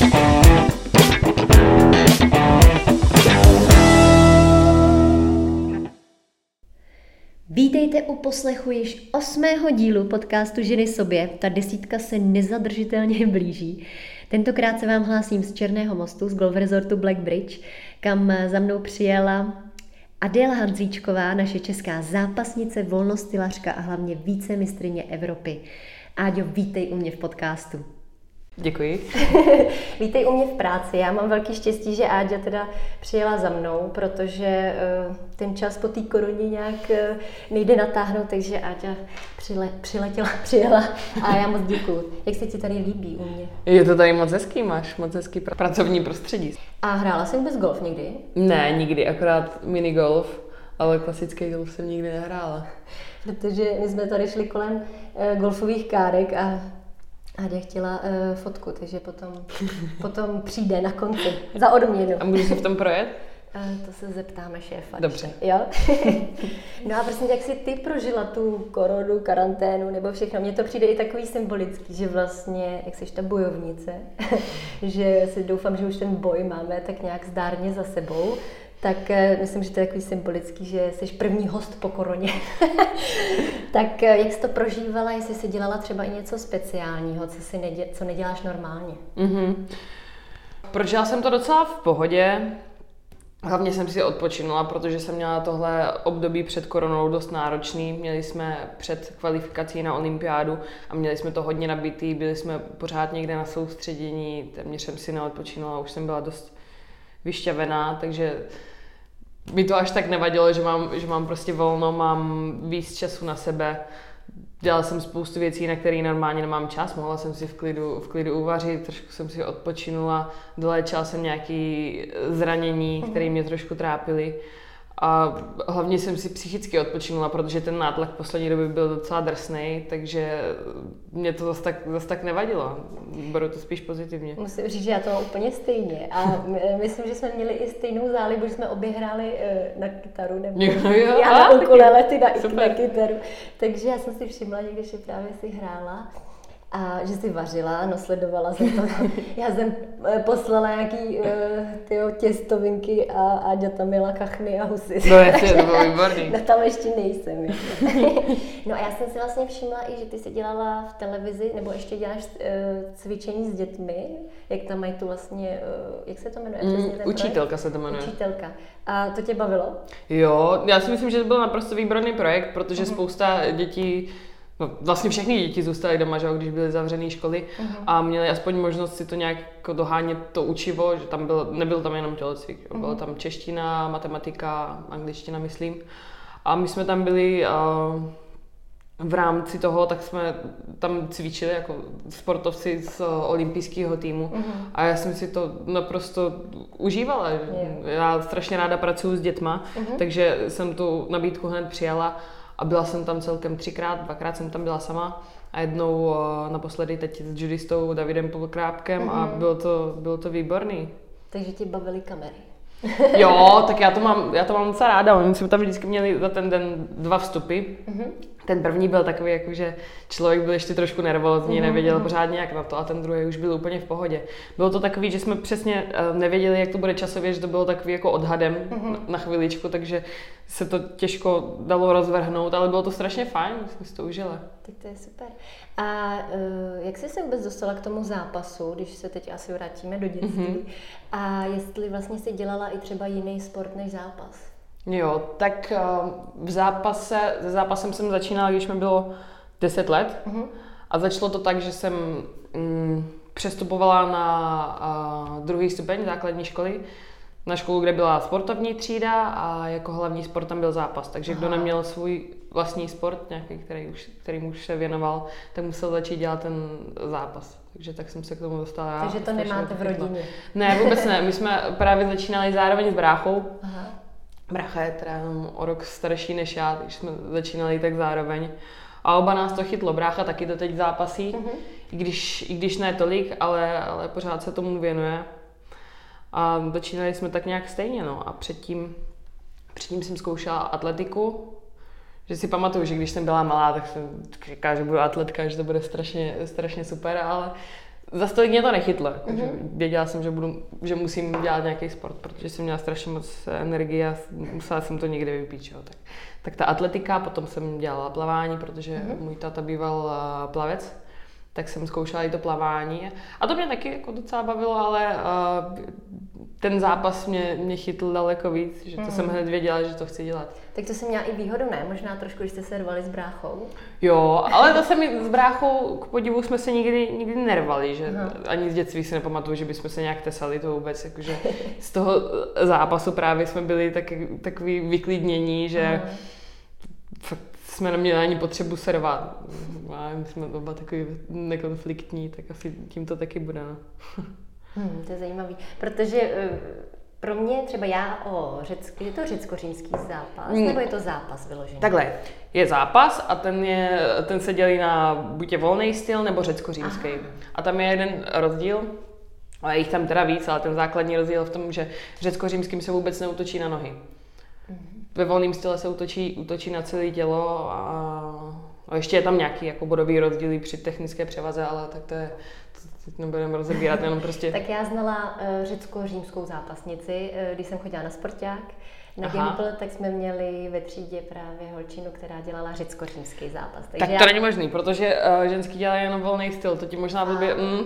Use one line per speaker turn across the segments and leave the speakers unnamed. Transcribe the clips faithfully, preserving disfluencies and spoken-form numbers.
Vítejte u poslechu již osmého dílu podcastu Ženy sobě. Ta desítka se nezadržitelně blíží. Tentokrát se vám hlásím z Černého mostu, z golf resortu Black Bridge, kam za mnou přijela Adéla Hanzlíčková, naše česká zápasnice, volnostylařka a hlavně vícemistryně Evropy. Áďo, vítej u mě v podcastu.
Děkuji.
Vítej u mě v práci. Já mám velký štěstí, že Áďa teda přijela za mnou, protože uh, ten čas po té koroně nějak uh, nejde natáhnout, takže Áďa přile, přiletěla, přijela a já moc děkuju. Jak se ti tady líbí u mě?
Je to tady moc hezký, máš moc hezký pr- pracovní prostředí.
A hrála jsi vůbec golf někdy?
Ne, nikdy, akorát minigolf, ale klasický golf jsem nikdy nehrála.
Protože my jsme tady šli kolem uh, golfových kárek a Áďa chtěla uh, fotku, takže potom, potom přijde na konci za odměnu.
A můžu se v tom projet?
Uh, to se zeptáme šéfa.
Dobře.
Jo? No a prostě jak jsi ty prožila tu koronu, karanténu nebo všechno? Mně to přijde i takový symbolický, že vlastně, jak jsi ta bojovnice, že si doufám, že už ten boj máme tak nějak zdárně za sebou. Tak myslím, že to je takový symbolický, že jsi první host po koroně. Tak jak jsi to prožívala, jestli jsi dělala třeba i něco speciálního, co, si nedě, co neděláš normálně?
Mm-hmm. Prožila jsem to docela v pohodě. Hlavně jsem si odpočinula, protože jsem měla tohle období před koronou dost náročný. Měli jsme před kvalifikací na olympiádu a měli jsme to hodně nabitý, byli jsme pořád někde na soustředění, téměř jsem si neodpočinula, už jsem byla dost vyšťavená, takže mi to až tak nevadilo, že mám, že mám prostě volno, mám víc času na sebe. Dělala jsem spoustu věcí, na které normálně nemám čas, mohla jsem si v klidu, v klidu uvařit, trošku jsem si odpočinula, doléčila jsem nějaké zranění, které mě trošku trápily. A hlavně jsem si psychicky odpočinula, protože ten nátlak v poslední době byl docela drsnej, takže mě to zase tak, zase tak nevadilo. Beru to spíš pozitivně.
Musím říct, že já to mám úplně stejně. A myslím, že jsme měli i stejnou zálibu, že jsme obě hráli na kytaru, nebo
jo, jo,
já na ukulele, ty na, na kytaru. Takže já jsem si všimla někde, že právě si hrála. A že si vařila, no sledovala jsem to. Já jsem poslala nějaký uh, tyjo, těstovinky a Áďa tam měla kachny a husy.
No jasně, to bylo výborný.
No tam ještě nejsem. No a já jsem si vlastně všimla i, že ty jsi dělala v televizi, nebo ještě děláš uh, cvičení s dětmi, jak tam mají tu vlastně, uh, jak se to jmenuje?
Mm, učitelka projekt? Se to jmenuje.
Učitelka. A to tě bavilo?
Jo, já si myslím, že to byl naprosto výborný projekt, protože uh-huh. spousta dětí, no, vlastně všechny děti zůstaly doma, že, když byly zavřené školy uh-huh. a měly aspoň možnost si to nějak dohánět to učivo, že tam byl, nebyl tam jenom tělocvik, uh-huh. byla tam čeština, matematika, angličtina, myslím. A my jsme tam byli uh, v rámci toho, tak jsme tam cvičili jako sportovci z olympijského týmu uh-huh. a já jsem si to naprosto užívala. Yeah. Já strašně ráda pracuji s dětma, uh-huh. takže jsem tu nabídku hned přijala. A byla jsem tam celkem třikrát, dvakrát jsem tam byla sama a jednou uh, naposledy teď s judistou Davidem Polkrápkem mm-hmm. a bylo to, bylo to výborný.
Takže ti bavily kamery.
Jo, tak já to mám, já to mám docela ráda. Oni jsme tam vždycky měli za ten den dva vstupy. Mm-hmm. Ten první byl takový, jako, že člověk byl ještě trošku nervózní, mm-hmm. nevěděl pořádně jak na to a ten druhý už byl úplně v pohodě. Bylo to takový, že jsme přesně nevěděli, jak to bude časově, že to bylo takový jako odhadem mm-hmm. na chviličku, takže se to těžko dalo rozvrhnout, ale bylo to strašně fajn, jsme si to užili.
Tak to je super. A uh, jak jsi se vůbec dostala k tomu zápasu, když se teď asi vrátíme do dětství, mm-hmm. a jestli vlastně jsi dělala i třeba jiný sport než zápas?
Jo, tak v zápase, se zápasem jsem začínala, když mi bylo deset let uh-huh. a začalo to tak, že jsem mm, přestupovala na uh, druhý stupeň základní školy, na školu, kde byla sportovní třída a jako hlavní sport tam byl zápas, takže Aha. kdo neměl svůj vlastní sport, nějaký, který už, kterým už se věnoval, tak musel začít dělat ten zápas. Takže tak jsem se k tomu dostala.
Takže to nemáte v rodině?
Ne, vůbec ne, my jsme právě začínali zároveň s bráchou. Aha. Brácha je teda o rok starší než já, takže jsme začínali tak zároveň. A oba nás to chytlo. Brácha taky to teď zápasí, uh-huh. i, když, i když ne tolik, ale, ale pořád se tomu věnuje. A začínali jsme tak nějak stejně, no. A předtím, předtím jsem zkoušela atletiku, že si pamatuju, že když jsem byla malá, tak jsem říkala, že budu atletka, že to bude strašně, strašně super, ale zase tolik mě to nechytlo. Jako,
mm-hmm.
že věděla jsem, že, budu, že musím dělat nějaký sport, protože jsem měla strašně moc energie a musela jsem to někde vypít. Čo? Tak, tak ta atletika, potom jsem dělala plavání, protože mm-hmm. můj táta býval uh, plavec, tak jsem zkoušela i to plavání. A to mě taky jako docela bavilo, ale uh, ten zápas mě, mě chytl daleko víc, že to mm. jsem hned věděla, že to chci dělat.
Tak to jsem měla i výhodu, ne? Možná trošku, když jste se rvali s bráchou.
Jo, ale zase my s bráchou, k podivu, jsme se nikdy, nikdy nervali, že
Aha.
ani z dětství si nepamatuju, že bychom se nějak tesali, to vůbec, jakože z toho zápasu právě jsme byli tak, takový vyklidnění, že Aha. fakt jsme neměli ani potřebu se rvat. My jsme oba takový nekonfliktní, tak asi tím to taky bude. No.
Hmm, to je zajímavý, protože uh, pro mě třeba já o řecky, je to řecko-římský zápas, hmm. nebo je to zápas vyložený?
Takhle, je zápas a ten, je, ten se dělí na buď je volný styl nebo řecko-římský. Aha. A tam je jeden rozdíl, ale jich tam teda víc, ale ten základní rozdíl v tom, že řecko-římským se vůbec neútočí na nohy. Hmm. Ve volném style se útočí, útočí na celé tělo a, a ještě je tam nějaký jako bodový rozdíl při technické převaze, ale tak to je, teď nebudeme rozebírat, jenom prostě...
Tak já znala uh, řecko-římskou zápasnici, uh, když jsem chodila na sporták. Na Gimpl, tak jsme měli ve třídě právě holčinu, která dělala řecko-římský zápas.
Takže tak to já... není možný, protože uh, ženský dělají jenom volný styl, to ti možná blbě... Mm.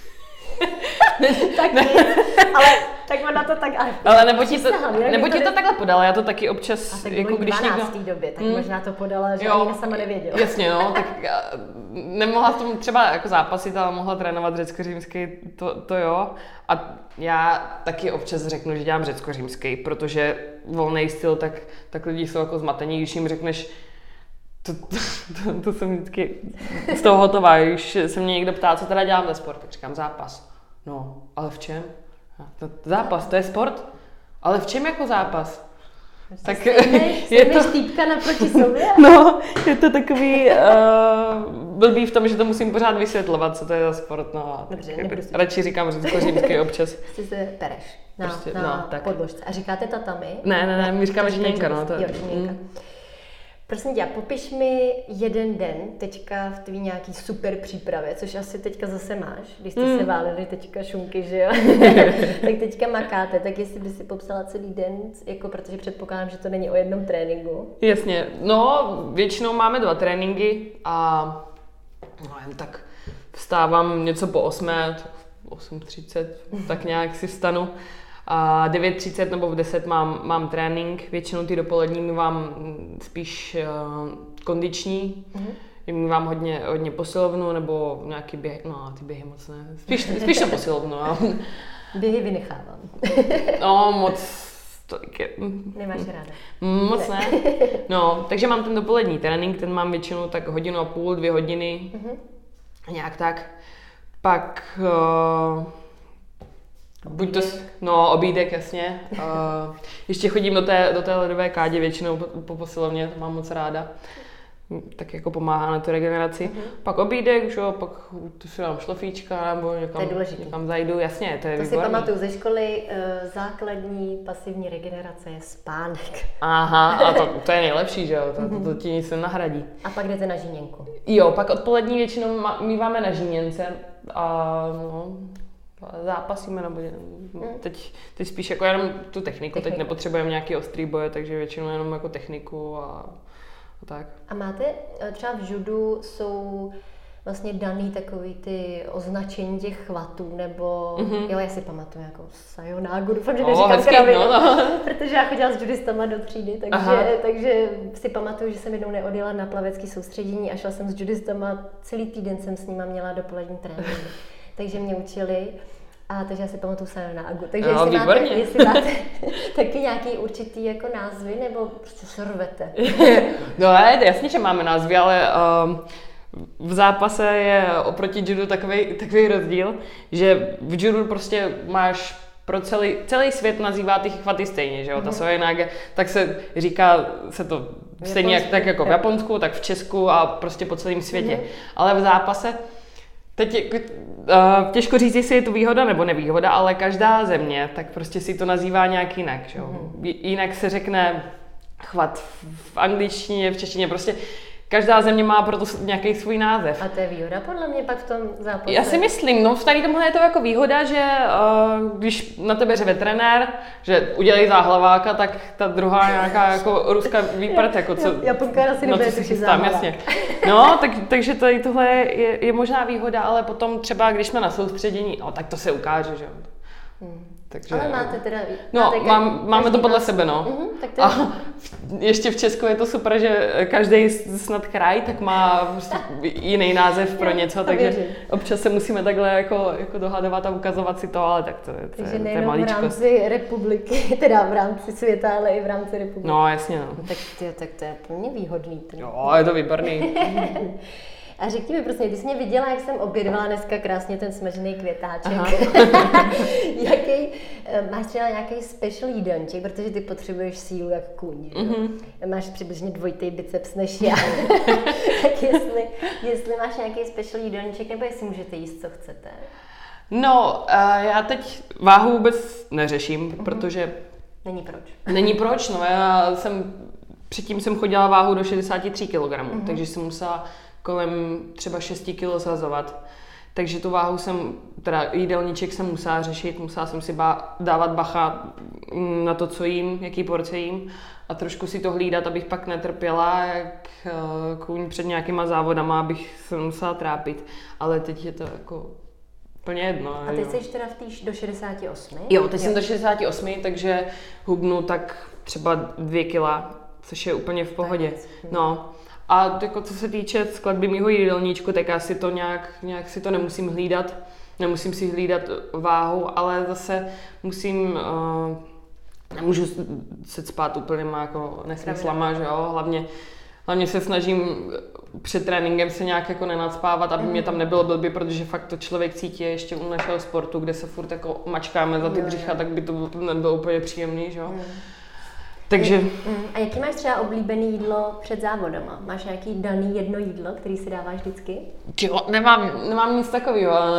tak nic, ale tak ona to tak... Ale,
ale nebo ti to, nebo ti to takhle podala, já to taky občas...
A tak
jako když někdo...
v té době, tak mm. možná to podala, že
jo,
ani sama nevěděla.
Jasně, no, tak nemohla v tom třeba jako zápasit, ale mohla trénovat řecko-římský, to, to jo. A já taky občas řeknu, že dělám řecko-římský, protože volný styl, tak, tak lidi jsou jako zmatení, když jim řekneš, To, to, to, to jsem vždycky z toho hotová, když se mě někdo ptá, co teda dělám za sport, tak říkám zápas. No, ale v čem? To, zápas, to je sport? Ale v čem jako zápas?
Tak stejnej, je to týpka naproti sobě?
No, je to takový uh, blbý v tom, že to musím pořád vysvětlovat, co to je za sport. No,
dobře,
jako, radši říkám řecko-římský občas.
Prostě se pereš na,
prostě,
na
no, tak.
podložce. A říkáte tatami?
Ne, ne, ne, my říkáme žíněnka. No, to,
jo, žíněnka. Mm. Prosím tě, popiš mi jeden den teďka v tvý nějaký super přípravě, což asi teďka zase máš, když jste mm. se válili teďka šunky, že jo? Tak teďka makáte, tak jestli by si popsala celý den, jako protože předpokládám, že to není o jednom tréninku.
Jasně, no většinou máme dva tréninky a no jen tak vstávám něco po osmé, osm třicet, tak nějak si vstanu. A devět třicet nebo v deset mám, mám trénink, většinou ty dopolední mívám spíš uh, kondiční, mm-hmm. mívám hodně, hodně posilovnu nebo nějaký běhy, no ty běhy moc ne, spíš, spíš to posilovnu. No.
Běhy vynechávám.
No moc, tolik je.
Nemáš ráda.
Moc ne. No, takže mám ten dopolední trénink, ten mám většinou tak hodinu a půl, dvě hodiny, mm-hmm. nějak tak. Pak... Uh, Buď to, no, obídek, jasně. Uh, ještě chodím do té, do té ledové kádě většinou po, po posilovně, to mám moc ráda. Tak jako pomáhá na tu regeneraci. Uh-huh. Pak obídek, že jo, pak tu si dám šlofíčka nebo někam, někam zajdu, jasně, to je
To
výborný.
si pamatuju ze školy, uh, základní pasivní regenerace je spánek.
Aha, a to, to je nejlepší, že jo, to, to, to ti nic nenahradí.
A pak jdete na žíněnku.
Jo, pak odpolední většinou míváme na žíněnce a no... zápasíme, nebo teď, teď spíš jako jenom tu techniku, techniku. Teď nepotřebujeme nějaký ostrý boje, takže většinou jenom jako techniku a, a tak.
A máte, třeba v judu jsou vlastně daný takový ty označení těch chvatů, nebo, mm-hmm. jo, já si pamatuju jako sajonágu, doufám, že
no,
neříkám
hezky,
kravinu,
no, no.
protože já chodila s judistama do třídy, takže, takže si pamatuju, že jsem jednou neodjela na plavecký soustředění a šla jsem s judistama, celý týden jsem s nima měla dopolední trénink. Takže mě učili, a takže já si pamatuju sajonágu. Takže
no,
jestli, máte, jestli máte taky nějaký určitý jako názvy, nebo prostě se rvete?
No je, jasně, že máme názvy, ale um, v zápase je oproti judu takový, takový rozdíl, že v judu prostě máš pro celý, celý svět nazývá ty chvaty stejně, že jo, ta sajonága, tak se říká, se to stejně jak, tak jako v Japonsku, tak v Česku a prostě po celém světě. Mm-hmm. Ale v zápase teď je, uh, těžko říct, jestli je to výhoda nebo nevýhoda, ale každá země tak prostě si to nazývá nějak jinak. Že? Mm. Jinak se řekne chvat v angličtině, v češtině, prostě každá země má proto nějaký svůj název.
A to je výhoda podle mě pak v tom zápase.
Já si myslím, no v tady tomhle je to jako výhoda, že uh, když na tebe řeve trenér, že udělej záhlaváka, tak ta druhá nějaká jako ruská výprt, jako co...
Japonka asi nebude tušit záhlavák.
Jasně. No, tak, takže tady tohle je, je možná výhoda, ale potom třeba, když jsme na soustředění, no tak to se ukáže, že jo.
Hmm.
Takže,
ale máte teda...
No,
máte
mám, máme to podle sebe, no.
Uh-huh, tak to je...
A ještě v Česku je to super, že každý snad kraj tak má jiný název pro něco, takže věřím. Občas se musíme takhle jako, jako dohadovat a ukazovat si to, ale tak to, to,
takže
to, to je
nejenom
maličkost.
v rámci republiky, teda v rámci světa, ale i v rámci republiky.
No, jasně, no.
no tak, to, tak to je pro mě výhodný. Ten.
Jo, je to výborný.
A řekni mi prostě, ty jsi mě viděla, jak jsem obědvala dneska krásně ten smažený květáček. Jaký, máš třeba nějaký special jídelníček, protože ty potřebuješ sílu jak kůň. Mm-hmm. Máš přibližně dvojitý biceps než já. Tak jestli, jestli máš nějaký special jídelníček, nebo jestli můžete jíst, co chcete?
No, já teď váhu vůbec neřeším, mm-hmm. protože...
Není proč.
Není proč, no já jsem, předtím jsem chodila váhu do šedesát tři kilogramů, mm-hmm. takže jsem musela kolem třeba šest kilo zhazovat. Takže tu váhu jsem, teda jídelníček jsem musela řešit, musela jsem si ba- dávat bacha na to, co jím, jaký porce jím a trošku si to hlídat, abych pak netrpěla jak kůň před nějakýma závodama, abych se musela trápit. Ale teď je to jako úplně jedno.
A teď jsi teda v týž do šedesát osm?
Jo, teď jo. jsem do šedesát osm, takže hubnu tak třeba dvě kila, což je úplně v pohodě. No. A jako co se týče skladby mýho jídelníčku, tak já si to nějak, nějak si to nemusím hlídat. Nemusím si hlídat váhu, ale zase musím, uh, nemůžu se spát úplnýma jako nesmyslama, že jo, hlavně, hlavně se snažím před tréninkem se nějak jako nenacpávat, aby mm. mě tam nebylo blbý, protože fakt to člověk cítí ještě u našeho sportu, kde se furt jako mačkáme za ty břicha, tak by to nebylo úplně příjemný, že jo. Mm. Takže...
A jaký máš třeba oblíbený jídlo před závodama? Máš nějaký daný jedno jídlo, který si dáváš vždycky?
Jo, nemám, nemám nic takového, ale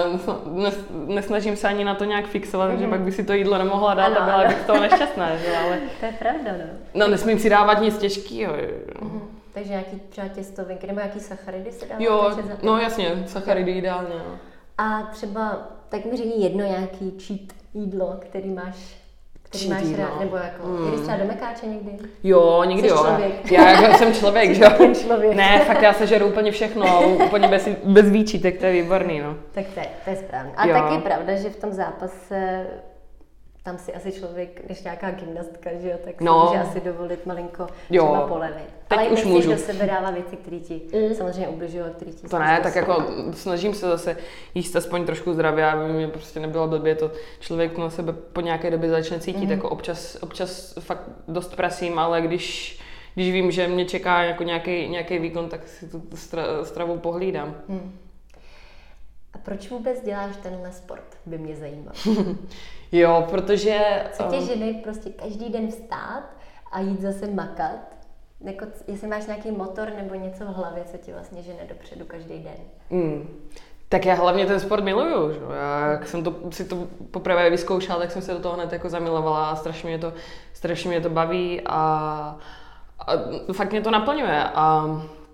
nesnažím se ani na to nějak fixovat, mm-hmm. že pak by si to jídlo nemohla dát ano, a byla bych z toho nešťastná, že? Ale...
To je pravda, no.
No, nesmím si dávat nic těžkého. Mm-hmm.
Takže nějaký třeba těstovinky nebo nějaký sacharidy se dáváš
jo,
před závodama?
No jasně, sacharidy ideálně. No.
A třeba, tak mi řekni jedno nějaký cheat jídlo, který máš... Který máš rád, nebo jako, mm. jdeš třeba do mekáče někdy?
Jo, někdy
Jsi
jo.
Člověk.
Já jako jsem člověk, že jo?
Člověk.
Ne, fakt já sežeru úplně všechno, úplně bez, bez výčitek, to je výborný, no.
Tak to je, to je správně. A jo. Taky je pravda, že v tom zápase tam si asi člověk, než nějaká gymnastka, že jo, tak si
no.
může asi dovolit malinko
jo.
třeba polevit.
Teď
ale
už můžu.
do sebe dává věci, které ti mm. samozřejmě ubližují a které ti...
To ne, tak jako snažím se zase jíst aspoň trošku zdravě, aby mě prostě nebylo blbě, to člověk na sebe po nějaké době začne cítit, mm. jako občas, občas fakt dost prasím, ale když, když vím, že mě čeká jako nějaký, nějaký výkon, tak si tu stravu pohlídám. Mm.
A proč vůbec děláš tenhle sport, by mě zajímalo.
Jo, protože...
Co tě žene prostě každý den vstát a jít zase makat? Jako, jestli máš nějaký motor nebo něco v hlavě, co ti vlastně žene dopředu každý den?
Mm. Tak já hlavně ten sport miluju. Že? Já, jak jsem to, si to poprvé vyzkoušela, tak jsem se do toho hned jako zamilovala a strašně mě to, strašně mě to baví a, a fakt mě to naplňuje. A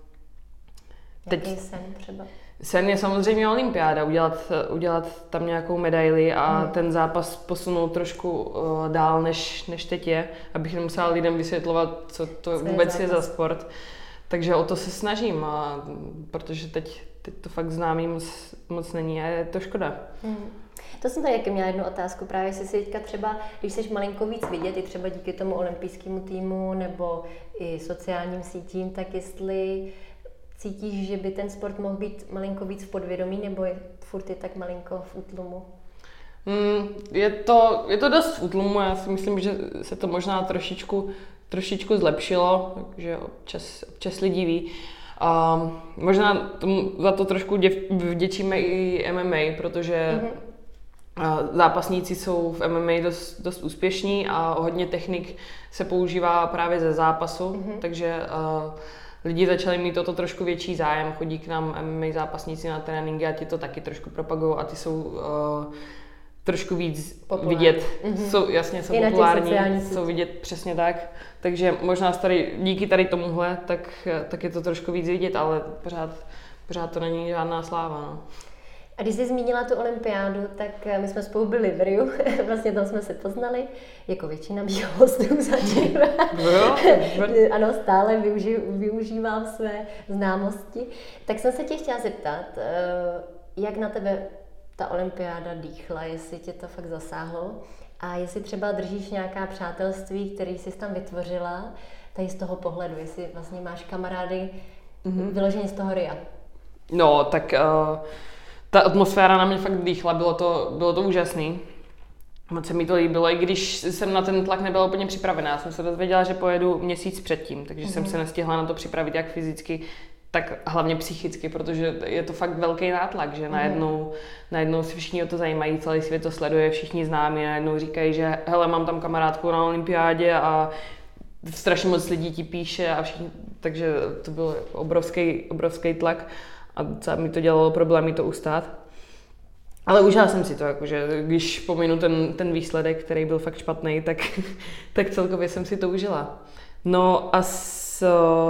teď... Jaký sen třeba?
Sen je samozřejmě olympiáda, udělat, udělat tam nějakou medaili a hmm. ten zápas posunout trošku uh, dál, než, než teď je, abych nemusela lidem vysvětlovat, co to co vůbec je, je za sport. Takže o to se snažím, a, protože teď, teď to fakt známý moc, moc není a je to škoda.
Hmm. To jsem tady měla jednu otázku, právě jestli si teďka třeba, když jsi malinko víc vidět, i třeba díky tomu olympijskému týmu nebo i sociálním sítím, tak jestli cítíš, že by ten sport mohl být malinko víc v podvědomí, nebo je furt je tak malinko v útlumu?
Mm, je, to, je to dost v útlumu, já si myslím, že se to možná trošičku, trošičku zlepšilo, takže občas, občas lidi ví. A možná tomu, za to trošku děv, vděčíme i M M A, protože mm-hmm. zápasníci jsou v M M A dost, dost úspěšní a hodně technik se používá právě ze zápasu, mm-hmm. takže uh, lidi začali mít toto trošku větší zájem, chodí k nám M M A zápasníci na tréninky a ti to taky trošku propagují a ty jsou uh, trošku víc
populární.
Vidět,
mm-hmm.
jsou, jasně, jsou
I
populární, jsou vidět přesně tak, takže možná tady, díky tady tomuhle, tak, tak je to trošku víc vidět, ale pořád, pořád to není žádná sláva. No.
A když jsi zmínila tu olympiádu, tak my jsme spolu byli v Riu, vlastně tam jsme se poznali, jako většina mých hostů zatím. Ano, stále využi, využívám své známosti. Tak jsem se tě chtěla zeptat, jak na tebe ta olympiáda dýchla, jestli tě to fakt zasáhlo a jestli třeba držíš nějaká přátelství, který jsi tam vytvořila, tady z toho pohledu, jestli vlastně máš kamarády mm-hmm. vyloženě z toho Ria.
No, tak uh, ta atmosféra na mě fakt dýchla, bylo to, bylo to úžasný. Moc se mi to líbilo, i když jsem na ten tlak nebyla úplně připravená. Já jsem se dozvěděla, že pojedu měsíc předtím, takže mm-hmm. jsem se nestihla na to připravit jak fyzicky, tak hlavně psychicky, protože je to fakt velký nátlak, že najednou, najednou si všichni o to zajímají, celý svět to sleduje, všichni známí, najednou říkají, že hele, mám tam kamarádku na olympiádě a strašně moc lidí ti píše a všichni, takže to byl obrovský, obrovský tlak a docela mi to dělalo problémy to ustát. Ale užila jsem si to, jakože když pominu ten, ten výsledek, který byl fakt špatný, tak, tak celkově jsem si to užila. No a s,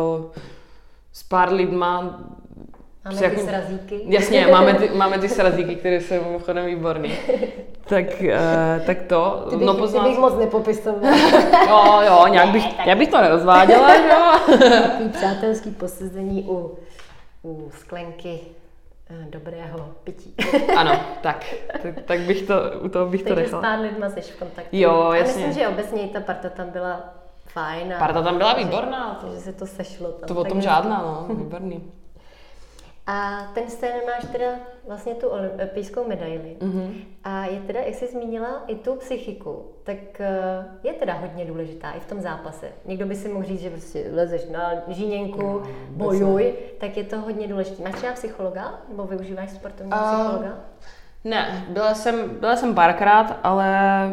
s pár lidma...
Máme ty jako, srazíky.
Jasně, máme ty, máme ty srazíky, které jsou mimochodem výborný. Tak, uh, tak to...
Ty bych,
no, poznal...
ty bych moc nepopisovala.
Jo, jo, nějak bych, já bych to nerozváděla, jo.
Takový přátelský posezení u, u sklenky dobrého pití.
Ano, tak, tak, tak bych to, u toho bych
Takže
to nechala.
Takže s pár lidma jsi v kontaktu.
Jo, jasně.
A myslím, že obecně i ta parta tam byla fajn. A
parta tam byla výborná.
Že, že se to sešlo tam.
To o tom žádná, no, výborný.
A ten scén máš teda vlastně tu olympijskou medaili. Mm-hmm. A je teda, jak jsi zmínila, i tu psychiku, tak je teda hodně důležitá i v tom zápase. Někdo by si mohl říct, že prostě lezeš na žíněnku, bojuj, tak je to hodně důležité. Máš třeba psychologa? Nebo využíváš sportovního uh, psychologa?
Ne, byla jsem, byla jsem párkrát, ale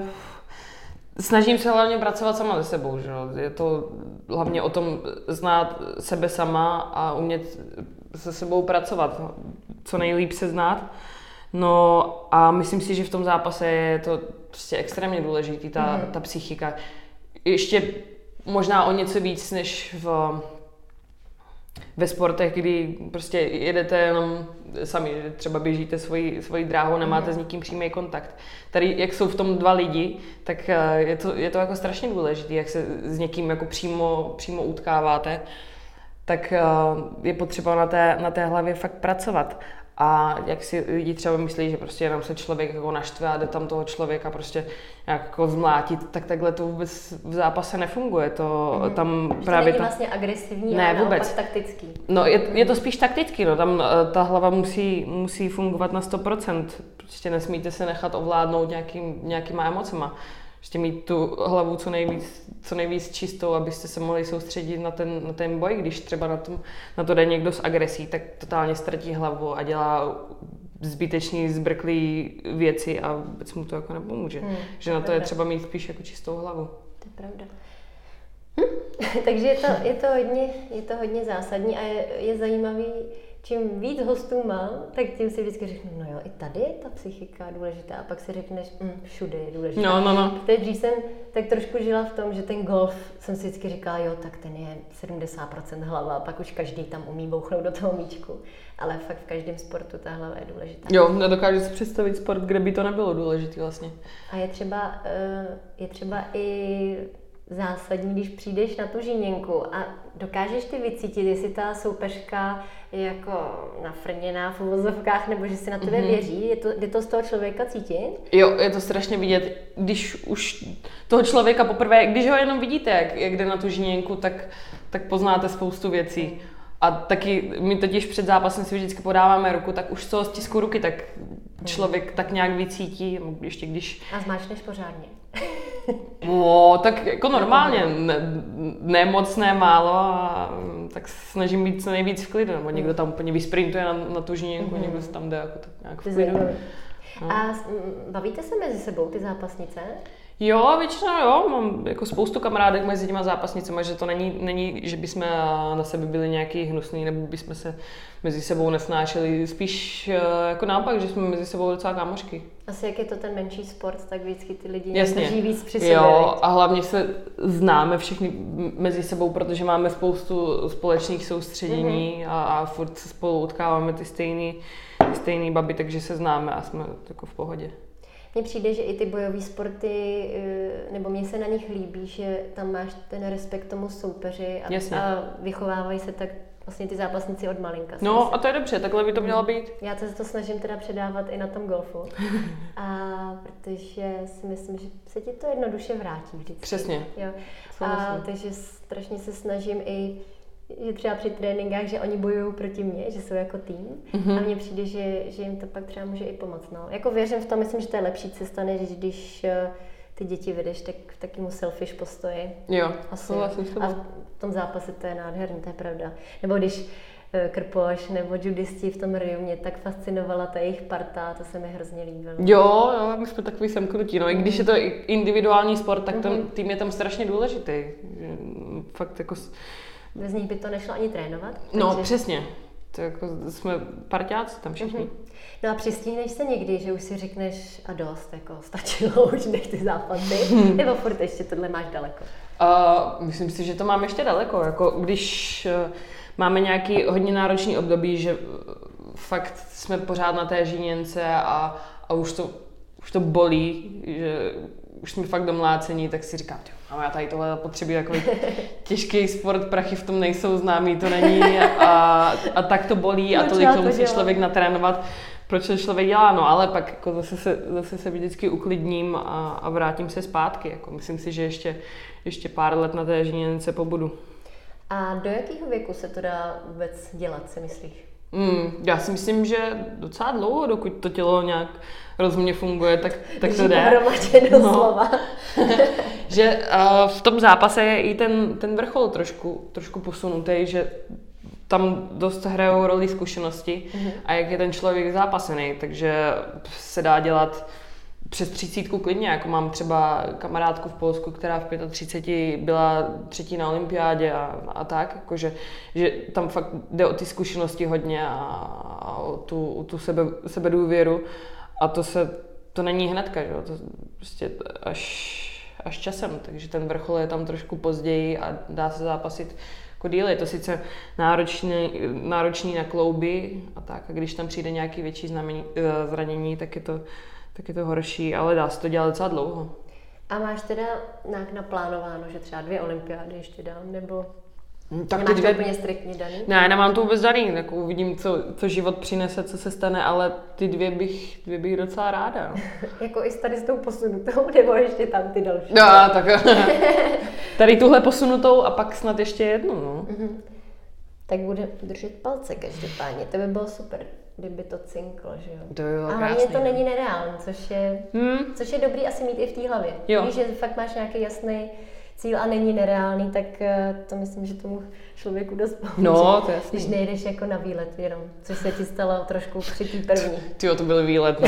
snažím se hlavně pracovat sama se sebou. Že? Je to hlavně o tom znát sebe sama a umět se sebou pracovat, co nejlíp se znát. No a myslím si, že v tom zápase je to prostě extrémně důležitý, ta, mm. ta psychika. Ještě možná o něco víc než v, ve sportech, kdy prostě jedete jenom sami, třeba běžíte svoji, svoji dráhu, nemáte mm. s nikým přímý kontakt. Tady, jak jsou v tom dva lidi, tak je to, je to jako strašně důležité, jak se s někým jako přímo, přímo utkáváte. Tak je potřeba na té, na té hlavě fakt pracovat. A jak si lidi třeba myslí, že prostě jenom se člověk jako naštve a jde tam toho člověka prostě jako zmlátit, tak takhle to vůbec v zápase nefunguje. To mm. tam
že
právě
to není
ta...
vlastně agresivní,
ne,
ale
vůbec.
naopak taktický.
No je, je to spíš taktický, no tam ta hlava musí, musí fungovat na sto procent. Prostě nesmíte se nechat ovládnout nějakým, nějakýma emocema. Prostě mít tu hlavu co nejvíc, co nejvíc čistou, abyste se mohli soustředit na ten, na ten boj. Když třeba na, tom, na to jde někdo s agresí, tak totálně ztratí hlavu a dělá zbytečný, zbrklý věci a vůbec mu to jako nepomůže. Hmm, že na to je třeba mít spíš jako čistou hlavu.
To je pravda. Hm. Takže je to, je, to hodně, je to hodně zásadní a je, je zajímavý, čím víc hostů mám, tak tím si vždycky řeknu, no jo, i tady je ta psychika důležitá a pak si řekneš, mm, všude je důležitá.
No, no, no.
Teď dřív jsem tak trošku žila v tom, že ten golf jsem si vždycky říkala, jo, tak ten je sedmdesát procent hlava a pak už každý tam umí bouchnout do toho míčku. Ale fakt v každém sportu ta hlava je důležitá.
Jo, nedokážu si představit sport, kde by to nebylo důležité vlastně.
A je třeba, je třeba i zásadní, když přijdeš na tu žíněnku a dokážeš ty vycítit, jestli ta soupeřka je jako nafrněná v uvozovkách, nebo že si na tebe mm-hmm. věří, je to, je to z toho člověka cítit?
Jo, je to strašně vidět, když už toho člověka poprvé, když ho jenom vidíte, jak, jak jde na tu žíněnku, tak, tak poznáte spoustu věcí. A taky my totiž před zápasem si vždycky podáváme ruku, tak už z toho stisku ruky, tak člověk tak nějak vycítí, ještě když...
A zmáčneš pořádně.
No, tak jako normálně, ne, ne moc, ne málo, a tak snažím být co nejvíc v klidu, nebo někdo tam úplně vysprintuje na, na tu žíněnku, mm-hmm. někdo se tam jde jako tak nějak v klidu.
No. A bavíte se mezi sebou ty zápasnice?
Jo, většinou jo, mám jako spoustu kamarádek mezi těma zápasnicema, že to není, není, že bychom na sebe byli nějaký hnusný, nebo bychom se mezi sebou nesnášeli, spíš jako naopak, že jsme mezi sebou docela kámošky.
Asi jak je to ten menší sport, tak vždycky ty lidi
Jasně.
drží víc při sobě.
Jo, a hlavně se známe všichni mezi sebou, protože máme spoustu společných soustředění mm-hmm. a, a furt se spolu utkáváme ty stejný, ty stejný baby, takže se známe a jsme jako v pohodě.
Mně přijde, že i ty bojové sporty, nebo mně se na nich líbí, že tam máš ten respekt tomu soupeři a, a vychovávají se tak vlastně ty zápasníci od malinka.
No a to je dobře, takhle by to mělo být.
Já se to snažím teda předávat i na tom golfu. A protože si myslím, že se ti to jednoduše vrátí vždycky.
Přesně.
Jo. A takže strašně se snažím i že třeba při tréninkách, že oni bojují proti mně, že jsou jako tým mm-hmm. a mně přijde, že, že jim to pak třeba může i pomoct. No. Jako věřím v tom, myslím, že to je lepší cesta, než když ty děti vedeš tak v takému selfish postoji.
Jo,
asi. A v tom zápase to je nádherný, to je pravda. Nebo když Krpoš nebo judisti v tom Riu, mě tak fascinovala ta jejich parta, to se mi hrozně líbilo.
Jo, jo, my jsme takový semknutí, no i když je to individuální sport, tak ten tým je tam strašně důležitý. Fakt jako...
Bez nich by to nešlo ani trénovat. Takže...
No, přesně. To jako jsme parťáci tam všichni. Mm-hmm.
No a přistíneš se někdy, že už si řekneš a dost, jako stačilo, už nech ty zápasy, nebo furt ještě tohle máš daleko?
Uh, myslím si, že to mám ještě daleko. Jako když uh, máme nějaký hodně náročný období, že fakt jsme pořád na té žíněnce a, a už, to, už to bolí, že už jsme fakt domlácení, tak si říkám, ale já tady tohle potřebuji takový těžký sport, prachy v tom nejsou známý, to není a, a tak to bolí a tolik to musí člověk natrénovat, proč to člověk dělá, no ale pak jako zase, se, zase se vždycky uklidním a, a vrátím se zpátky, jako myslím si, že ještě, ještě pár let na té žíněnce pobudu.
A do jakého věku se to dá vůbec dělat, si myslíš?
Mm, já si myslím, že docela dlouho, dokud to tělo nějak rozumně funguje, tak, tak to jde.
Pohromadě doslova.
No. Že uh, v tom zápase je i ten, ten vrchol trošku, trošku posunutý, že tam dost hrajou roli zkušenosti mm-hmm. a jak je ten člověk zápasený, takže se dá dělat přes třicítku klidně, jako mám třeba kamarádku v Polsku, která v třiceti pěti byla třetí na olympiádě a, a tak, jakože, že tam fakt jde o ty zkušenosti hodně a, a o tu, o tu sebe, sebedůvěru a to se, to není hnedka, že? To prostě až, až časem, takže ten vrchol je tam trošku později a dá se zápasit jako díl. Je to sice náročný, náročný na klouby a tak, a když tam přijde nějaký větší znamení, zranění, tak je to tak je to horší, ale dá se to dělat docela dlouho.
A máš teda nějak naplánováno, že třeba dvě olympiády ještě dám, nebo
tak
nemáš
dvě...
to úplně striktně daný?
Ne, nemám to vůbec daný, tak uvidím, co, co život přinese, co se stane, ale ty dvě bych, dvě bych docela ráda.
Jako i tady s tou posunutou, nebo ještě tam ty další?
No, tak tady tuhle posunutou a pak snad ještě jednu, no.
Mm-hmm. Tak bude držet palce každopádně, to by bylo super. Kdyby to cinklo, že jo.
To jo,
a hlavně to není nereálné, což je, hmm. což je dobrý asi mít i v té hlavě. Jo. Když že fakt máš nějaký jasný cíl a není nereálný, tak to myslím, že tomu člověku dost pomůže.
No, to je jasný.
Když nejdeš jako na výlet jenom, což se ti stalo trošku při té první.
Tyjo, to byl výlet, no.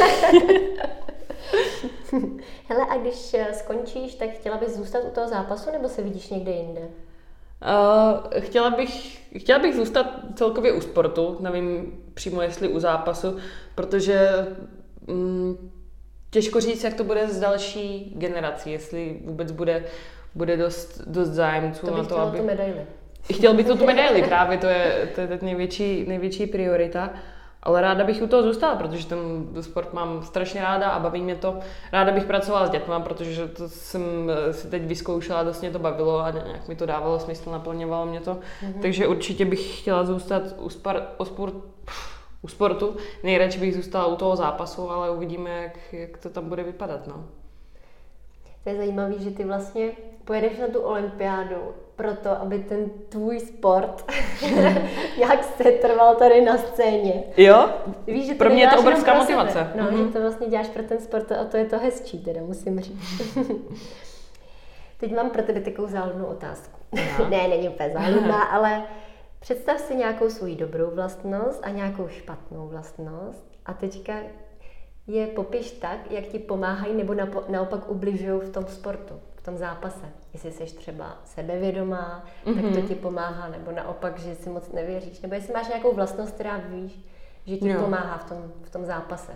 Hele, a když skončíš, tak chtěla bys zůstat u toho zápasu, nebo se vidíš někde jinde?
Uh, chtěla, bych, chtěla bych zůstat celkově u sportu, nevím přímo jestli u zápasu, protože um, těžko říct, jak to bude s další generací, jestli vůbec bude, bude dost, dost zájemců
to
na to, aby...
tu medaili.
Chtěl bych to tu medaili, právě to je, to je největší, největší priorita. Ale ráda bych u toho zůstala, protože ten sport mám strašně ráda a baví mě to. Ráda bych pracovala s dětma, protože to jsem si teď vyzkoušela, dost mě to bavilo a nějak mi to dávalo smysl, naplňovalo mě to. Mm-hmm. Takže určitě bych chtěla zůstat u, spar, u, sport, u sportu. Nejradši bych zůstala u toho zápasu, ale uvidíme, jak, jak to tam bude vypadat. No.
To je zajímavé, že ty vlastně pojedeš na tu olympiádu proto, aby ten tvůj sport nějak se trval tady na scéně.
Jo,
víš, že
pro mě je to obrovská motivace.
No, mm-hmm. že to vlastně děláš pro ten sport a to je to hezčí, teda musím říct. Teď mám pro tebe takovou záludnou otázku. Ne, není úplně záludná, ale představ si nějakou svoji dobrou vlastnost a nějakou špatnou vlastnost a teďka je popiš tak, jak ti pomáhají nebo naopak ubližují v tom sportu, v tom zápase. Jestli jsi třeba sebevědomá, mm-hmm. tak to ti pomáhá, nebo naopak, že si moc nevěříš. Nebo jestli máš nějakou vlastnost, která víš, že ti jo. pomáhá v tom, v tom zápase.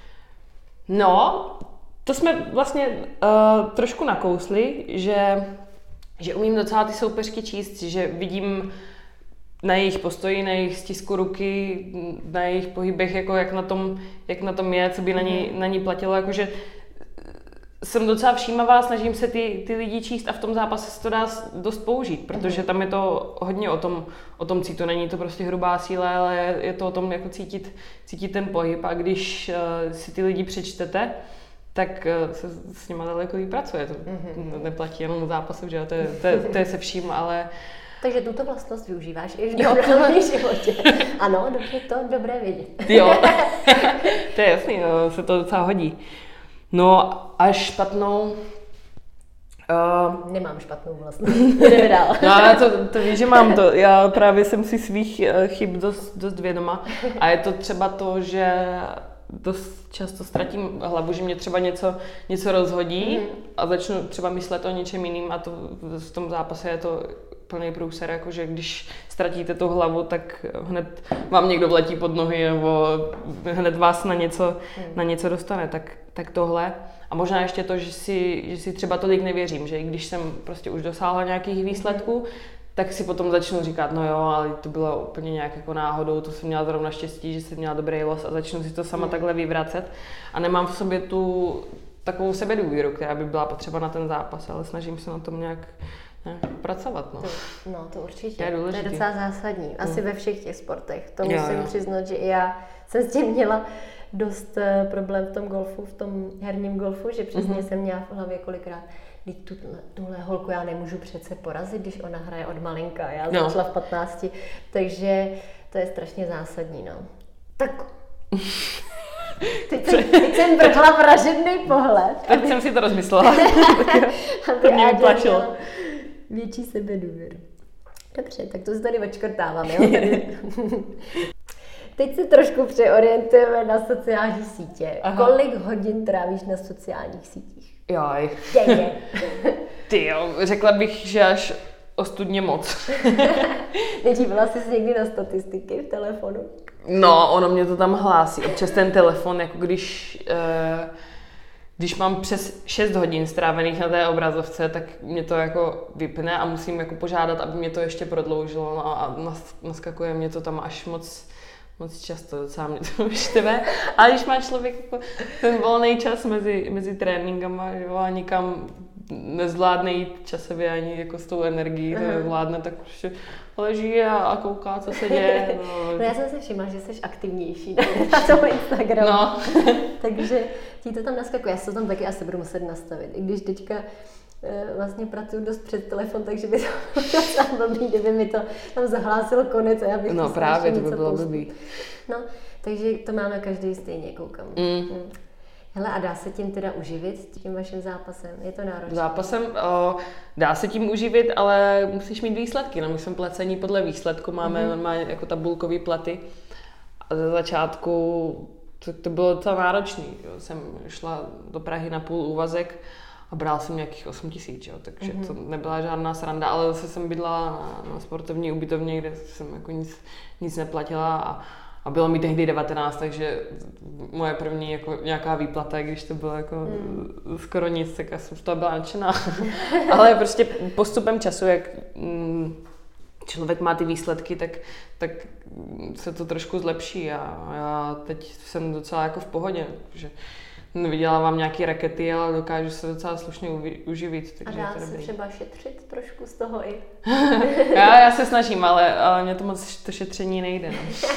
No, to jsme vlastně uh, trošku nakousli, že, že umím docela ty soupeřky číst, že vidím na jejich postoji, na jejich stisku ruky, na jejich pohybech, jako jak na tom, jak na tom je, co by na ní, na ní platilo, jakože jsem docela všímavá, snažím se ty, ty lidi číst a v tom zápase se to dá dost použít, protože tam je to hodně o tom, o tom citu, není to prostě hrubá síla, ale je to o tom jako cítit, cítit ten pohyb a když uh, si ty lidi přečtete, tak uh, se s nima daleko líp pracuje, to mm-hmm. neplatí jenom zápasu, že to je, to, je, to je se vším, ale
takže tuto vlastnost využíváš i v normálním životě. Ano, dobře, to dobré vědět.
Jo, to je jasný, no, se to docela hodí. No a špatnou...
Uh, Nemám špatnou vlastnost, jdeme dál.
No ale to, to víš, že mám to. Já právě jsem si svých chyb dost, dost vědoma. A je to třeba to, že dost často ztratím hlavu, že mě třeba něco, něco rozhodí mm. a začnu třeba myslet o něčem jiným a to v tom zápase je to plný průser, jakože když ztratíte tu hlavu, tak hned vám někdo vletí pod nohy nebo hned vás na něco, mm. na něco dostane, tak, tak tohle. A možná ještě to, že si, že si třeba tolik nevěřím, že i když jsem prostě už dosáhla nějakých výsledků, tak si potom začnu říkat, no jo, ale to bylo úplně nějak jako náhodou, to jsem měla zrovna štěstí, že jsem měla dobrý los a začnu si to sama mm. takhle vyvracet. A nemám v sobě tu takovou sebedůvěru, která by byla potřeba na ten zápas, ale snažím se na tom nějak, nějak pracovat. No.
To, no, to určitě.
Je
to je docela zásadní. Asi mm. ve všech těch sportech. To
jo,
musím
jo.
přiznat, že i já jsem s tím měla dost uh, problém v tom golfu, v tom herním golfu, že přesně mm-hmm. jsem měla v hlavě kolikrát, tu, tuhle holku já nemůžu přece porazit, když ona hraje od malinka, já no. začala v patnácti, takže to je strašně zásadní, no. Tak, teď jsem, teď jsem vrhla vražedný pohled.
Tak jsem si to rozmyslela. To mě vyplašilo.
Větší sebedůvěru. Dobře, tak to se tady odškrtávám, jo? Teď se trošku přeorientujeme na sociální sítě. Aha. Kolik hodin trávíš na sociálních sítích?
Joj.
Denně.
Ty jo, řekla bych, že až ostudně moc.
Nedívala jsi se někdy na statistiky v telefonu?
No, ono mě to tam hlásí. Občas ten telefon, jako když, eh, když mám přes šest hodin strávených na té obrazovce, tak mě to jako vypne a musím jako požádat, aby mě to ještě prodloužilo. No, a naskakuje mě to tam až moc moc často, docela mě to štve. Ale když má člověk jako ten volný čas mezi, mezi tréninkama, že a nikam nezvládne jít časově ani jako s tou energií, to nezvládne, tak už leží a, a kouká, co se děje.
No. No já jsem si všimla, že jsi aktivnější na tom Instagramu, no. Takže ti to tam naskakuje, já se to tam taky asi budu muset nastavit, i když teďka vlastně pracuji dost před telefon, takže by to bylo docela blbý, kdyby mi to tam zahlásil konec a já bych
no právě, to by bylo blbý.
No, takže to máme každý stejně, koukám. Mm. Mm. Hele, a dá se tím teda uživit, tím vaším zápasem? Je to náročné?
Zápasem o, dá se tím uživit, ale musíš mít výsledky. No, my jsme placení podle výsledku, máme mm-hmm. normálně jako tabulkový platy. A ze začátku to, to bylo docela náročný. Jo. Jsem šla do Prahy na půl úvazek a bral jsem nějakých osm tisíc, jo, takže mm-hmm. to nebyla žádná sranda, ale zase jsem bydlela na, na sportovní ubytovně, kde jsem jako nic, nic neplatila a, a bylo mi tehdy devatenáct, takže moje první jako nějaká výplata, když to bylo jako mm. skoro nic, tak já jsem z toho byla nadšená. Ale prostě postupem času, jak mm, člověk má ty výsledky, tak, tak se to trošku zlepší a já teď jsem docela jako v pohodě, že nevydělávám nějaký rakety, ale dokážu se docela slušně uvi- uživit. Takže
a dá se třeba šetřit trošku z toho i?
já, já se snažím, ale, ale mě to moc to šetření nejde. No.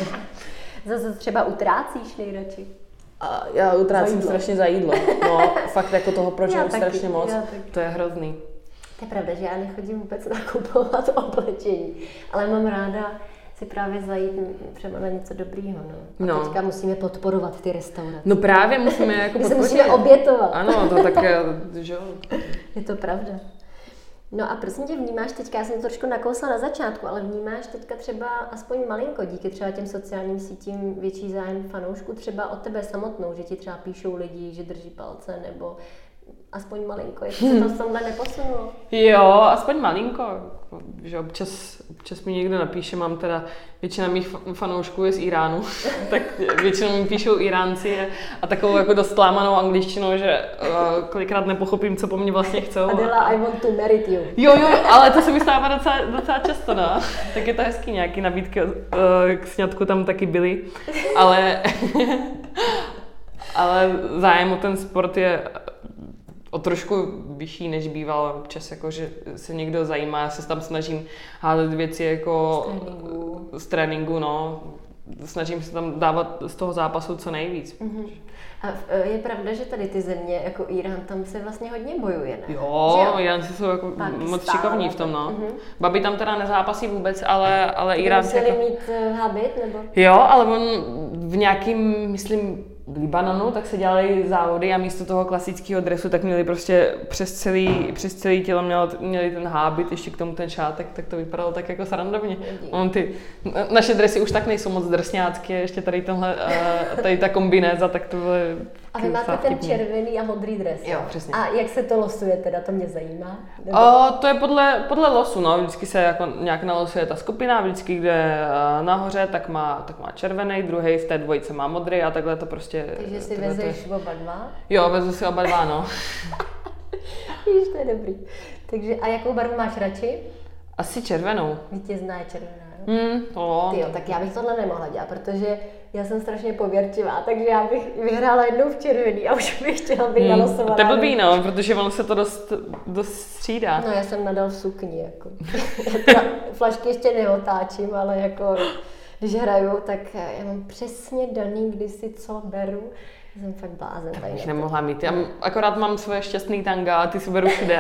Zase třeba utrácíš nejradši?
A já utrácím za strašně za jídlo. No, fakt jako toho prožívám strašně moc. To je hrozný.
To je pravda, že já nechodím vůbec nakupovat oblečení, ale mám ráda si právě zajít třeba na něco dobrýho, no. A no. teďka musíme podporovat ty restaurace.
No právě musíme jako
podporovat. Musíme obětovat.
Ano, to tak, že jo.
Je to pravda. No a prosím tě, vnímáš teďka, já jsem to trošku nakousla na začátku, ale vnímáš teďka třeba aspoň malinko díky třeba těm sociálním sítím větší zájem fanoušků třeba od tebe samotnou, že ti třeba píšou lidi, že drží palce, nebo aspoň malinko, jestli se to v tomhle neposunulo?
Jo, aspoň malinko, že občas, občas mi někdo napíše, mám teda, většina mých fanoušků je z Iránu, tak většinou mi píšou Iránci a takovou jako dost lámanou angličtinou, že uh, kolikrát nepochopím, co po mně vlastně chcou.
Adela, I want to marry you.
Jo, jo, ale to se mi stává docela, docela často, no. Tak je to hezký, nějaký nabídky uh, k sňatku tam taky byly, ale, ale zájem o ten sport je o trošku vyšší, než býval občas, jako, že se někdo zajímá, já se tam snažím házet věci jako
z tréninku.
z tréninku, no. Snažím se tam dávat z toho zápasu co nejvíc.
Mm-hmm. A je pravda, že tady ty země, jako Irán, tam se vlastně hodně bojuje, ne?
Jo, Iránci jsou jako Pakistán, moc šikovní v tom, no. Mm-hmm. Babi tam teda nezápasí vůbec, ale, ale Iránci
museli
jako...
mít hábit, nebo?
Jo, ale on v nějakým, myslím, v Libanonu, tak se dělaly závody a místo toho klasického dresu tak měli prostě přes celý, přes celý tělo měli, měli ten hábit, ještě k tomu ten šátek, tak to vypadalo tak jako srandovně. On ty, naše dresy už tak nejsou moc drsňácky, ještě tady tenhle, tady ta kombinéza, tak to bylo.
A vy máte ten červený a modrý dres.
Jo, přesně.
A jak se to losuje teda, to mě zajímá?
O, to je podle, podle losu, no, vždycky se jako nějak nalosuje ta skupina, vždycky kde nahoře, tak má, tak má červený, druhý v té dvojice má modrý a takhle to prostě.
Takže si vezeš to... oba dva?
Jo, vezu si oba dva, no.
Víš, to je dobrý. Takže a jakou barvu máš radši?
Asi červenou.
Vítězná je červená, jo?
Mm, to.
Tyjo, tak já bych tohle nemohla dělat, protože já jsem strašně pověrčivá, takže já bych vyhrála jednou v červený a už bych chtěla být mm, nalosovaná.
To je blbý, no, protože ono se to dost, dost střídá.
No, já jsem nadal v sukni, jako. Flašky ještě neotáčím, ale jako, když hraju, tak já mám přesně daný, kdy si co beru. Já jsem fakt blázen.
Tak bych nemohla mít. Já akorát mám svoje šťastný tanga a ty si beru všude.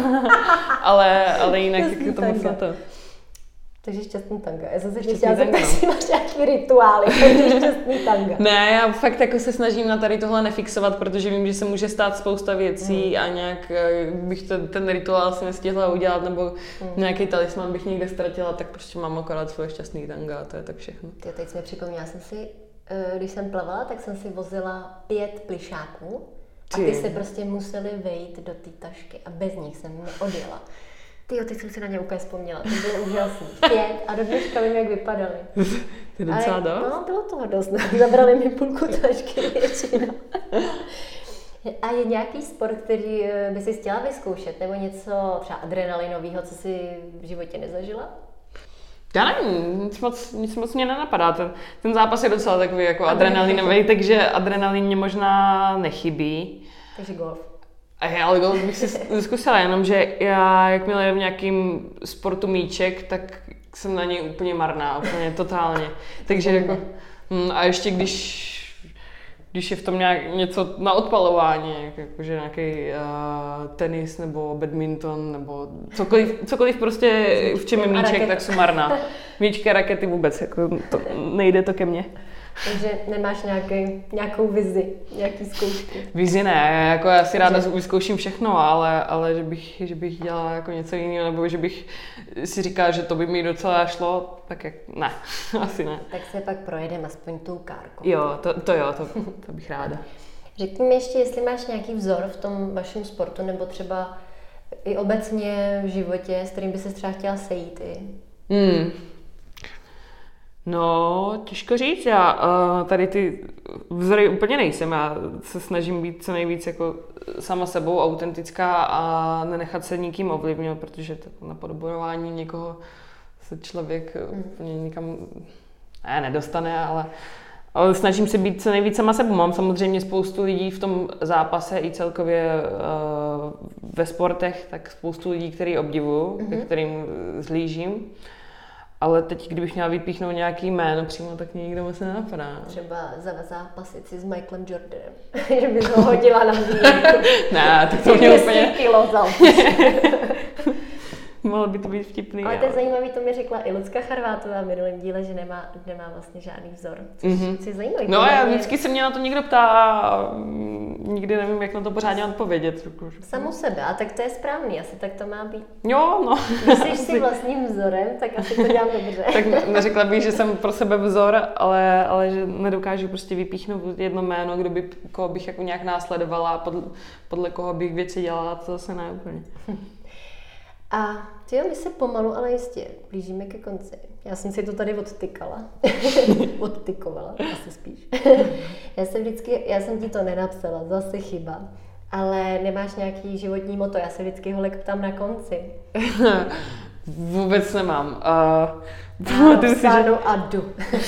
ale, ale jinak je to moc na to.
Takže šťastný tanga. Já jsem se chtěla zeptat, jestli máš nějaký rituály, takže šťastný tanga.
Ne, já fakt jako se snažím na tady tohle nefixovat, protože vím, že se může stát spousta věcí hmm. a nějak bych to, ten rituál si nestihla udělat, nebo hmm. nějaký talisman bych někde ztratila, tak prostě mám akorát svoje šťastný tanga a to je tak všechno.
Ty, teď jsme připomněla, jsem si, když jsem plavala, tak jsem si vozila pět plišáků a ty se prostě museli vejít do té tašky a bez nich jsem neodjela. Tyjo, teď jsem si na ně úplně vzpomněla, to bylo úžasný. Pět a do dneška vím, jak vypadaly.
To je docela dost?
No, bylo toho dost. Zabrali mi půlku tašky většina. A je nějaký sport, který by si chtěla vyzkoušet, nebo něco třeba adrenalinového, co si v životě nezažila?
Já nevím, nic moc, nic moc mě nenapadá. Ten, ten zápas je docela takový jako adrenalinový, takže adrenalin mě možná nechybí.
Takže golf.
A já, ale golf bych si zkusila, jenomže já, jakmile je v nějakým sportu míček, tak jsem na něj úplně marná, úplně totálně. Takže jako, a ještě když, když je v tom nějak něco na odpalování, jakože nějaký uh, tenis nebo badminton nebo cokoliv, cokoliv prostě, v čem je míček, tak jsem marná. Míčky a rakety vůbec, jako to, nejde to ke mně.
Takže nemáš nějaký, nějakou vizi, nějaký zkoušky?
Vizi ne, jako já si ráda vyzkouším všechno, ale, ale že, bych, že bych dělala jako něco jiného, nebo že bych si říkala, že to by mi docela šlo, tak jak ne, asi ne.
Tak se pak projedeme aspoň tou kárkou.
Jo, to, to jo, to, to bych ráda.
Řekni mi ještě, jestli máš nějaký vzor v tom vašem sportu, nebo třeba i obecně v životě, s kterým by se třeba chtěla sejít i?
Hmm. No, těžko říct, já uh, tady ty vzory úplně nejsem, já se snažím být co nejvíc jako sama sebou, autentická a nenechat se nikým ovlivnit, protože to napodobování někoho se člověk úplně nikam ne, nedostane, ale, ale snažím se být co nejvíc sama sebou. Mám samozřejmě spoustu lidí v tom zápase i celkově uh, ve sportech, tak spoustu lidí, který obdivuju, mm-hmm. kterým zhlížím. Ale teď, kdybych měla vypíchnout nějaký jméno přímo, tak mě nikdo moc nenapadá.
Třeba za zápasit si s Michaelem Jordanem, že bys ho hodila na výjimku.
Ne, tak to mě úplně...
kilo
Mohlo by to být vtipný.
Ale to je zajímavý, to mi řekla i Lucka Charvátová v minulém díle, že nemá, nemá vlastně žádný vzor. Což
mm-hmm.
je zajímavý.
No a já vždycky se mě na to někdo ptá a nikdy nevím, jak na to pořádně odpovědět.
Samu sebe, a tak to je správný, asi tak to má být.
Jo, no.
Když jsi si vlastním vzorem, tak asi to dělám dobře.
Tak neřekla bych, že jsem pro sebe vzor, ale, ale že nedokážu prostě vypíchnout jedno jméno, kdo by, koho bych jako nějak následovala, podle, podle koho bych věci dělala, to zase ne úplně.
A ty jo, my se pomalu, ale jistě blížíme ke konci. Já jsem si to tady odtykala. Odtykovala, asi spíš. já jsem vždycky, já jsem ti to nenapsala, zase chyba. Ale nemáš nějaký životní moto, já se vždycky holek ptám na konci.
Vůbec nemám. Uh,
Ano, vstánu a jdu.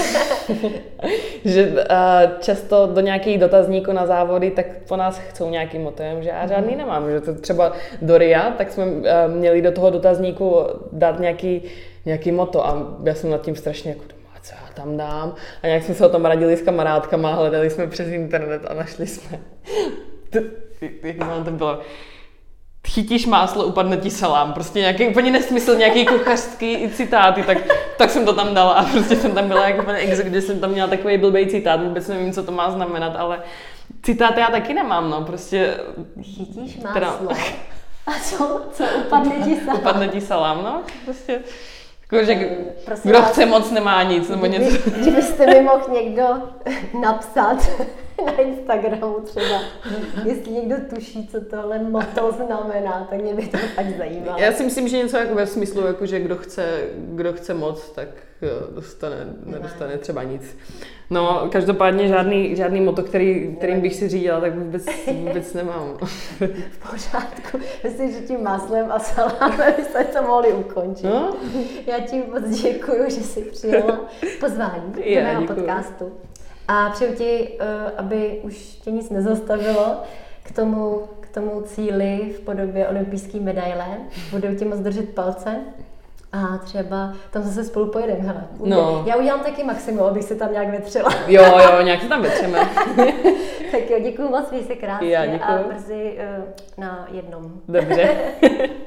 že uh, často do nějakých dotazníků na závody, tak po nás chcou nějaký motem, že já žádný nemám. Že to třeba do Ria, tak jsme uh, měli do toho dotazníku dát nějaký, nějaký moto a já jsem nad tím strašně jako doma, co já tam dám. A nějak jsme se o tom radili s kamarádkama, hledali jsme přes internet a našli jsme. Jak to bylo? Chytíš máslo, upadne ti salám. Prostě nějaký úplně nesmysl, nějaký kuchařský citáty, tak, tak jsem to tam dala a prostě jsem tam byla jako úplně ex, kde jsem tam měla takový blbej citát, vůbec nevím, co to má znamenat, ale citáty já taky nemám, no, prostě...
Chytíš máslo teda... a co, co upadne ti salám?
Upadne ti salám, no, prostě... Jako, že prosím kdo vás, chce moc, nemá nic, nebo
kdyby,
něco.
Kdybyste mi mohl někdo napsat na Instagramu třeba, jestli někdo tuší, co tohle motto znamená, tak mě by to tak zajímalo.
Já si myslím, že něco jako ve smyslu, jako, že kdo chce, kdo chce moc, tak dostane, nedostane třeba nic. No, každopádně žádný, žádný motto, který, kterým bych si řídila, tak vůbec, vůbec nemám.
V pořádku. Myslím, že tím máslem a salámem byste to mohli ukončit. No? Já ti moc děkuju, že jsi přijela pozvání do mého podcastu. A přeju ti, aby už tě nic nezastavilo k tomu, k tomu cíli v podobě olympijské medaile. Budu ti moc držet palce. A třeba tam zase spolu pojedeme, hele. No. Já udělám taky maximum, abych se tam nějak vetřela.
Jo, jo, nějak se tam vetřeme.
Tak jo, děkuju moc, měj se krásně
a
brzy uh, na jednom.
Dobře.